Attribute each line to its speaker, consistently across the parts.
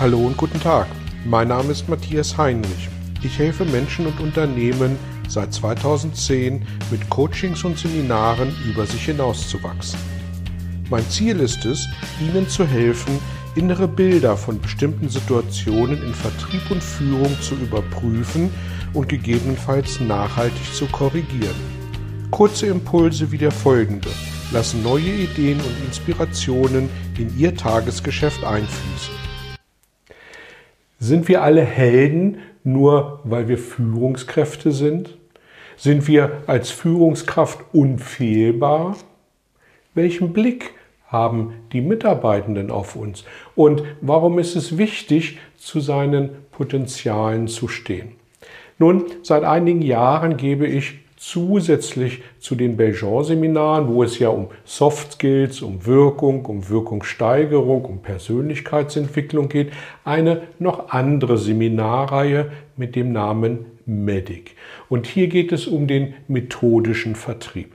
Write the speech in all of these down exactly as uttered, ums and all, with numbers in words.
Speaker 1: Hallo und guten Tag. Mein Name ist Matthias Heinrich. Ich helfe Menschen und Unternehmen seit zweitausendzehn mit Coachings und Seminaren über sich hinauszuwachsen. Mein Ziel ist es, Ihnen zu helfen, innere Bilder von bestimmten Situationen in Vertrieb und Führung zu überprüfen und gegebenenfalls nachhaltig zu korrigieren. Kurze Impulse wie der folgende lassen neue Ideen und Inspirationen in Ihr Tagesgeschäft einfließen. Sind wir alle Helden, nur weil wir Führungskräfte sind? Sind wir als Führungskraft unfehlbar? Welchen Blick haben die Mitarbeitenden auf uns? Und warum ist es wichtig, zu seinen Potenzialen zu stehen? Nun, seit einigen Jahren gebe ich zusätzlich zu den Belgian-Seminaren, wo es ja um Soft Skills, um Wirkung, um Wirkungssteigerung, um Persönlichkeitsentwicklung geht, eine noch andere Seminarreihe mit dem Namen MEDDIC. Und hier geht es um den methodischen Vertrieb.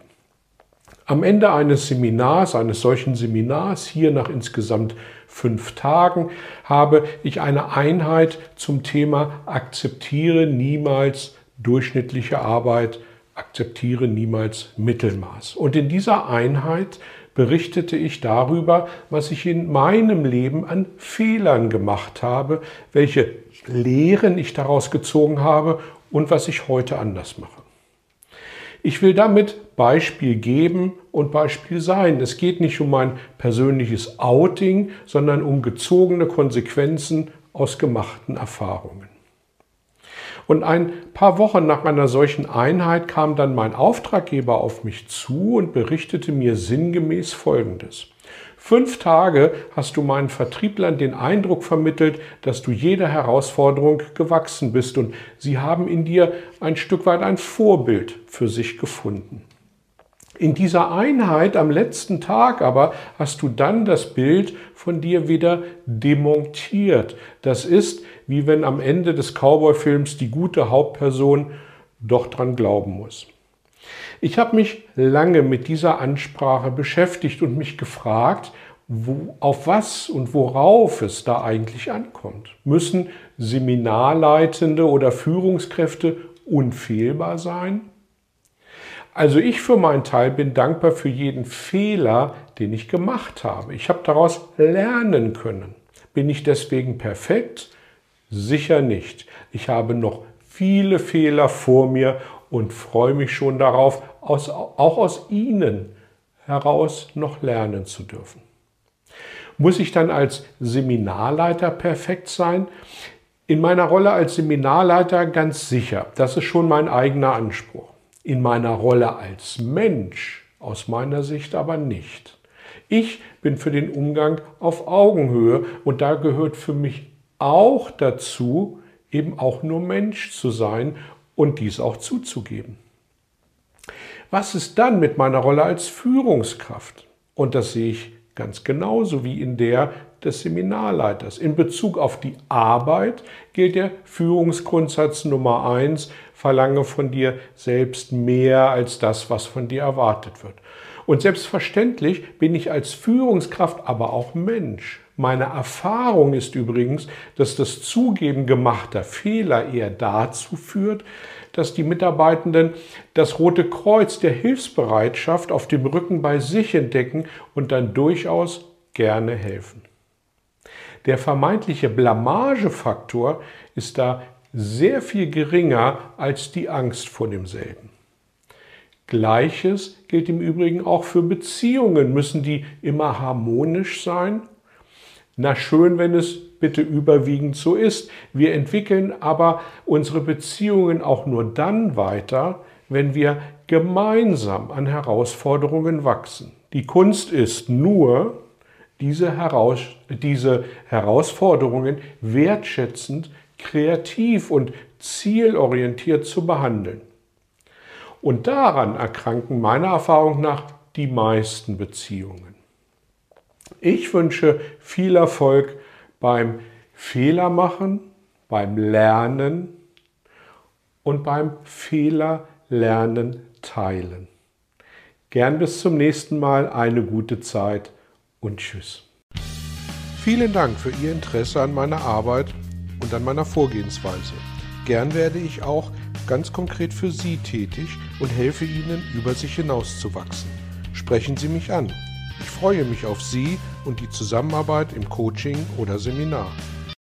Speaker 1: Am Ende eines Seminars, eines solchen Seminars, hier nach insgesamt fünf Tagen, habe ich eine Einheit zum Thema Akzeptiere niemals durchschnittliche Arbeit, akzeptiere niemals Mittelmaß. Und in dieser Einheit berichtete ich darüber, was ich in meinem Leben an Fehlern gemacht habe, welche Lehren ich daraus gezogen habe und was ich heute anders mache. Ich will damit Beispiel geben und Beispiel sein. Es geht nicht um ein persönliches Outing, sondern um gezogene Konsequenzen aus gemachten Erfahrungen. Und ein paar Wochen nach einer solchen Einheit kam dann mein Auftraggeber auf mich zu und berichtete mir sinngemäß Folgendes. Fünf Tage hast du meinen Vertrieblern den Eindruck vermittelt, dass du jeder Herausforderung gewachsen bist und sie haben in dir ein Stück weit ein Vorbild für sich gefunden. In dieser Einheit am letzten Tag aber hast du dann das Bild von dir wieder demontiert. Das ist, wie wenn am Ende des Cowboy-Films die gute Hauptperson doch dran glauben muss. Ich habe mich lange mit dieser Ansprache beschäftigt und mich gefragt, wo, auf was und worauf es da eigentlich ankommt. Müssen Seminarleitende oder Führungskräfte unfehlbar sein? Also ich für meinen Teil bin dankbar für jeden Fehler, den ich gemacht habe. Ich habe daraus lernen können. Bin ich deswegen perfekt? Sicher nicht. Ich habe noch viele Fehler vor mir und freue mich schon darauf, aus, auch aus ihnen heraus noch lernen zu dürfen. Muss ich dann als Seminarleiter perfekt sein? In meiner Rolle als Seminarleiter ganz sicher. Das ist schon mein eigener Anspruch. In meiner Rolle als Mensch aus meiner Sicht aber nicht. Ich bin für den Umgang auf Augenhöhe und da gehört für mich auch dazu, eben auch nur Mensch zu sein und dies auch zuzugeben. Was ist dann mit meiner Rolle als Führungskraft? Und das sehe ich ganz genauso wie in der des Seminarleiters. In Bezug auf die Arbeit gilt der Führungsgrundsatz Nummer eins, verlange von dir selbst mehr als das, was von dir erwartet wird. Und selbstverständlich bin ich als Führungskraft aber auch Mensch. Meine Erfahrung ist übrigens, dass das Zugeben gemachter Fehler eher dazu führt, dass die Mitarbeitenden das Rote Kreuz der Hilfsbereitschaft auf dem Rücken bei sich entdecken und dann durchaus gerne helfen. Der vermeintliche Blamagefaktor ist da sehr viel geringer als die Angst vor demselben. Gleiches gilt im Übrigen auch für Beziehungen. Müssen die immer harmonisch sein? Na schön, wenn es bitte überwiegend so ist. Wir entwickeln aber unsere Beziehungen auch nur dann weiter, wenn wir gemeinsam an Herausforderungen wachsen. Die Kunst ist nur, diese, Heraus diese Herausforderungen wertschätzend, kreativ und zielorientiert zu behandeln. Und daran erkranken meiner Erfahrung nach die meisten Beziehungen. Ich wünsche viel Erfolg beim Fehlermachen, beim Lernen und beim Fehlerlernen teilen. Gern bis zum nächsten Mal, eine gute Zeit und tschüss. Vielen Dank für Ihr Interesse an meiner Arbeit und an meiner Vorgehensweise. Gern werde ich auch ganz konkret für Sie tätig und helfe Ihnen, über sich hinauszuwachsen. Sprechen Sie mich an. Ich freue mich auf Sie und die Zusammenarbeit im Coaching oder Seminar.